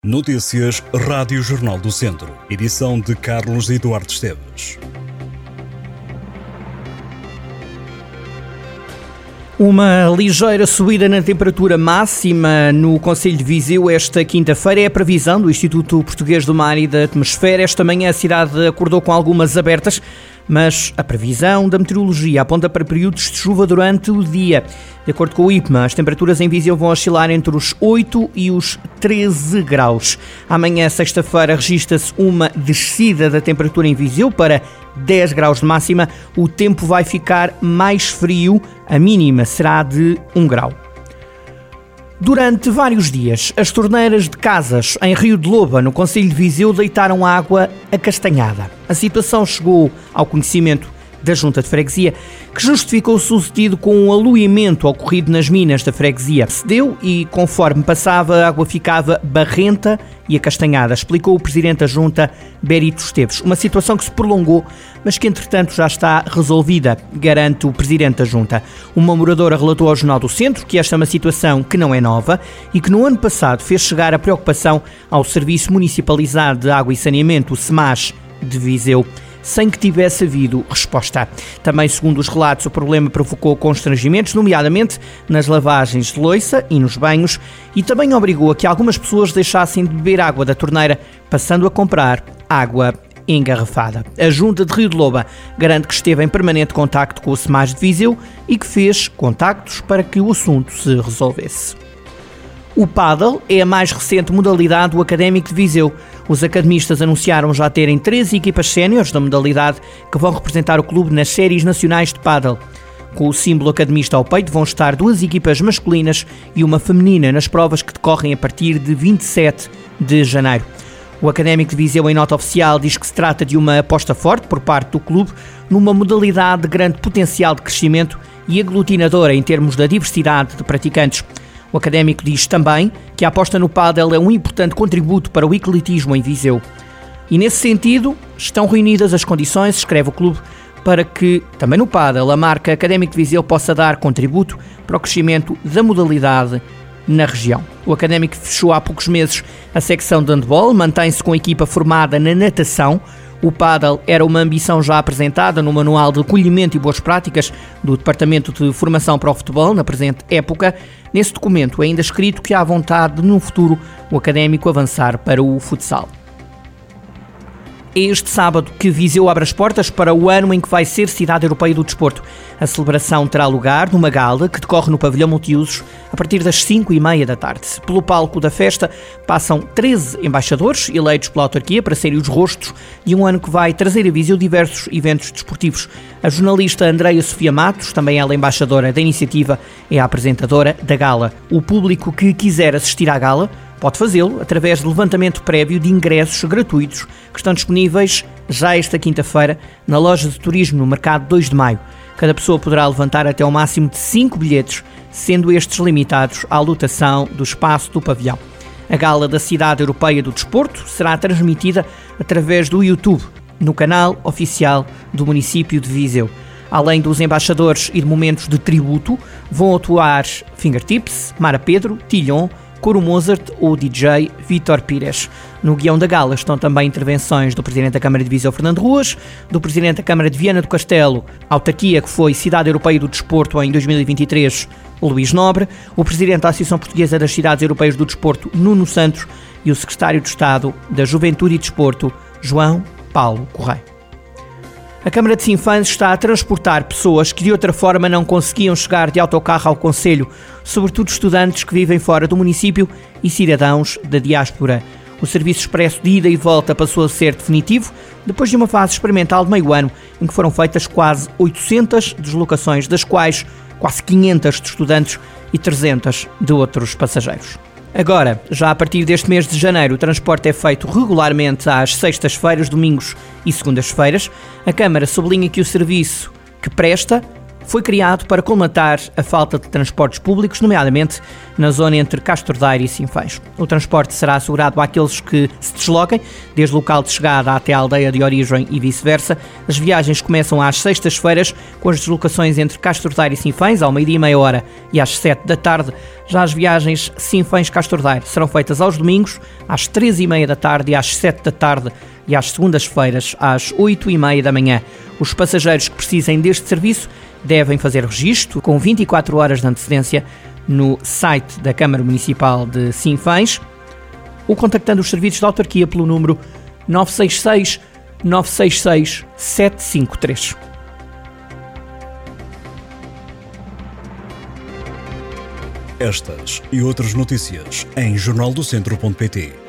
Notícias Rádio Jornal do Centro. Edição de Carlos Eduardo Esteves. Uma ligeira subida na temperatura máxima no concelho de Viseu esta quinta-feira é a previsão do Instituto Português do Mar e da Atmosfera. Esta manhã a cidade acordou com algumas abertas, mas a previsão da meteorologia aponta para períodos de chuva durante o dia. De acordo com o IPMA, as temperaturas em Viseu vão oscilar entre os 8 e os 13 graus. Amanhã, sexta-feira, registra-se uma descida da temperatura em Viseu para 10 graus de máxima. O tempo vai ficar mais frio, a mínima será de 1 grau. Durante vários dias, as torneiras de casas em Rio de Loba, no concelho de Viseu, deitaram água acastanhada. A situação chegou ao conhecimento da Junta de Freguesia, que justificou o sucedido com um aluiamento ocorrido nas minas da freguesia. Cedeu e, conforme passava, a água ficava barrenta e acastanhada, explicou o Presidente da Junta, Bérito Esteves. Uma situação que se prolongou, mas que entretanto já está resolvida, garante o Presidente da Junta. Uma moradora relatou ao Jornal do Centro que esta é uma situação que não é nova e que no ano passado fez chegar a preocupação ao Serviço Municipalizado de Água e Saneamento, o SEMAS, de Viseu, sem que tivesse havido resposta. Também, segundo os relatos, o problema provocou constrangimentos, nomeadamente nas lavagens de louça e nos banhos, e também obrigou a que algumas pessoas deixassem de beber água da torneira, passando a comprar água engarrafada. A Junta de Rio de Loba garante que esteve em permanente contacto com o SEMAS de Viseu e que fez contactos para que o assunto se resolvesse. O pádel é a mais recente modalidade do Académico de Viseu. Os academistas anunciaram já terem 13 equipas séniores da modalidade que vão representar o clube nas séries nacionais de pádel. Com o símbolo academista ao peito vão estar 2 equipas masculinas e uma feminina nas provas que decorrem a partir de 27 de janeiro. O Académico de Viseu, em nota oficial, diz que se trata de uma aposta forte por parte do clube numa modalidade de grande potencial de crescimento e aglutinadora em termos da diversidade de praticantes. O Académico diz também que a aposta no pádel é um importante contributo para o ecletismo em Viseu. E nesse sentido, estão reunidas as condições, escreve o clube, para que, também no pádel, a marca Académico de Viseu possa dar contributo para o crescimento da modalidade na região. O Académico fechou há poucos meses a secção de handball, mantém-se com a equipa formada na natação. O pádel era uma ambição já apresentada no Manual de Acolhimento e Boas Práticas do Departamento de Formação para o Futebol, na presente época. Nesse documento é ainda escrito que há vontade de, no futuro, o Académico avançar para o futsal. É este sábado que Viseu abre as portas para o ano em que vai ser Cidade Europeia do Desporto. A celebração terá lugar numa gala que decorre no pavilhão multiusos a partir das 5h30 da tarde. Pelo palco da festa passam 13 embaixadores eleitos pela autarquia para serem os rostos de um ano que vai trazer a Viseu diversos eventos desportivos. A jornalista Andreia Sofia Matos, também ela embaixadora da iniciativa, é a apresentadora da gala. O público que quiser assistir à gala pode fazê-lo através de levantamento prévio de ingressos gratuitos que estão disponíveis já esta quinta-feira na loja de turismo no Mercado 2 de Maio. Cada pessoa poderá levantar até ao máximo de 5 bilhetes, sendo estes limitados à lotação do espaço do pavilhão. A gala da Cidade Europeia do Desporto será transmitida através do YouTube, no canal oficial do município de Viseu. Além dos embaixadores e de momentos de tributo, vão atuar Fingertips, Mara Pedro, Tilhon, Coro Mozart ou DJ Vítor Pires. No guião da gala estão também intervenções do Presidente da Câmara de Viseu, Fernando Ruas, do Presidente da Câmara de Viana do Castelo, autarquia que foi Cidade Europeia do Desporto em 2023, Luís Nobre, o Presidente da Associação Portuguesa das Cidades Europeias do Desporto, Nuno Santos, e o Secretário de Estado da Juventude e Desporto, João Paulo Correia. A Câmara de Sinfãs está a transportar pessoas que de outra forma não conseguiam chegar de autocarro ao concelho, sobretudo estudantes que vivem fora do município e cidadãos da diáspora. O serviço expresso de ida e volta passou a ser definitivo depois de uma fase experimental de meio ano em que foram feitas quase 800 deslocações, das quais quase 500 de estudantes e 300 de outros passageiros. Agora, já a partir deste mês de janeiro, o transporte é feito regularmente às sextas-feiras, domingos e segundas-feiras. A Câmara sublinha que o serviço que presta foi criado para colmatar a falta de transportes públicos, nomeadamente na zona entre Castro Daire e Sinfãs. O transporte será assegurado àqueles que se desloquem, desde o local de chegada até a aldeia de origem e vice-versa. As viagens começam às sextas-feiras, com as deslocações entre Castro Daire e Sinfãs, ao 12h30 e às 7 da tarde. Já as viagens Sinfãs-Castro Daire serão feitas aos domingos, às 13h30 da tarde e às 7 da tarde, e às segundas-feiras, às 8h30 da manhã. Os passageiros que precisem deste serviço devem fazer registro com 24 horas de antecedência no site da Câmara Municipal de Sinfãs ou contactando os serviços de autarquia pelo número 966 966 753. Estas e outras notícias em jornaldocentro.pt.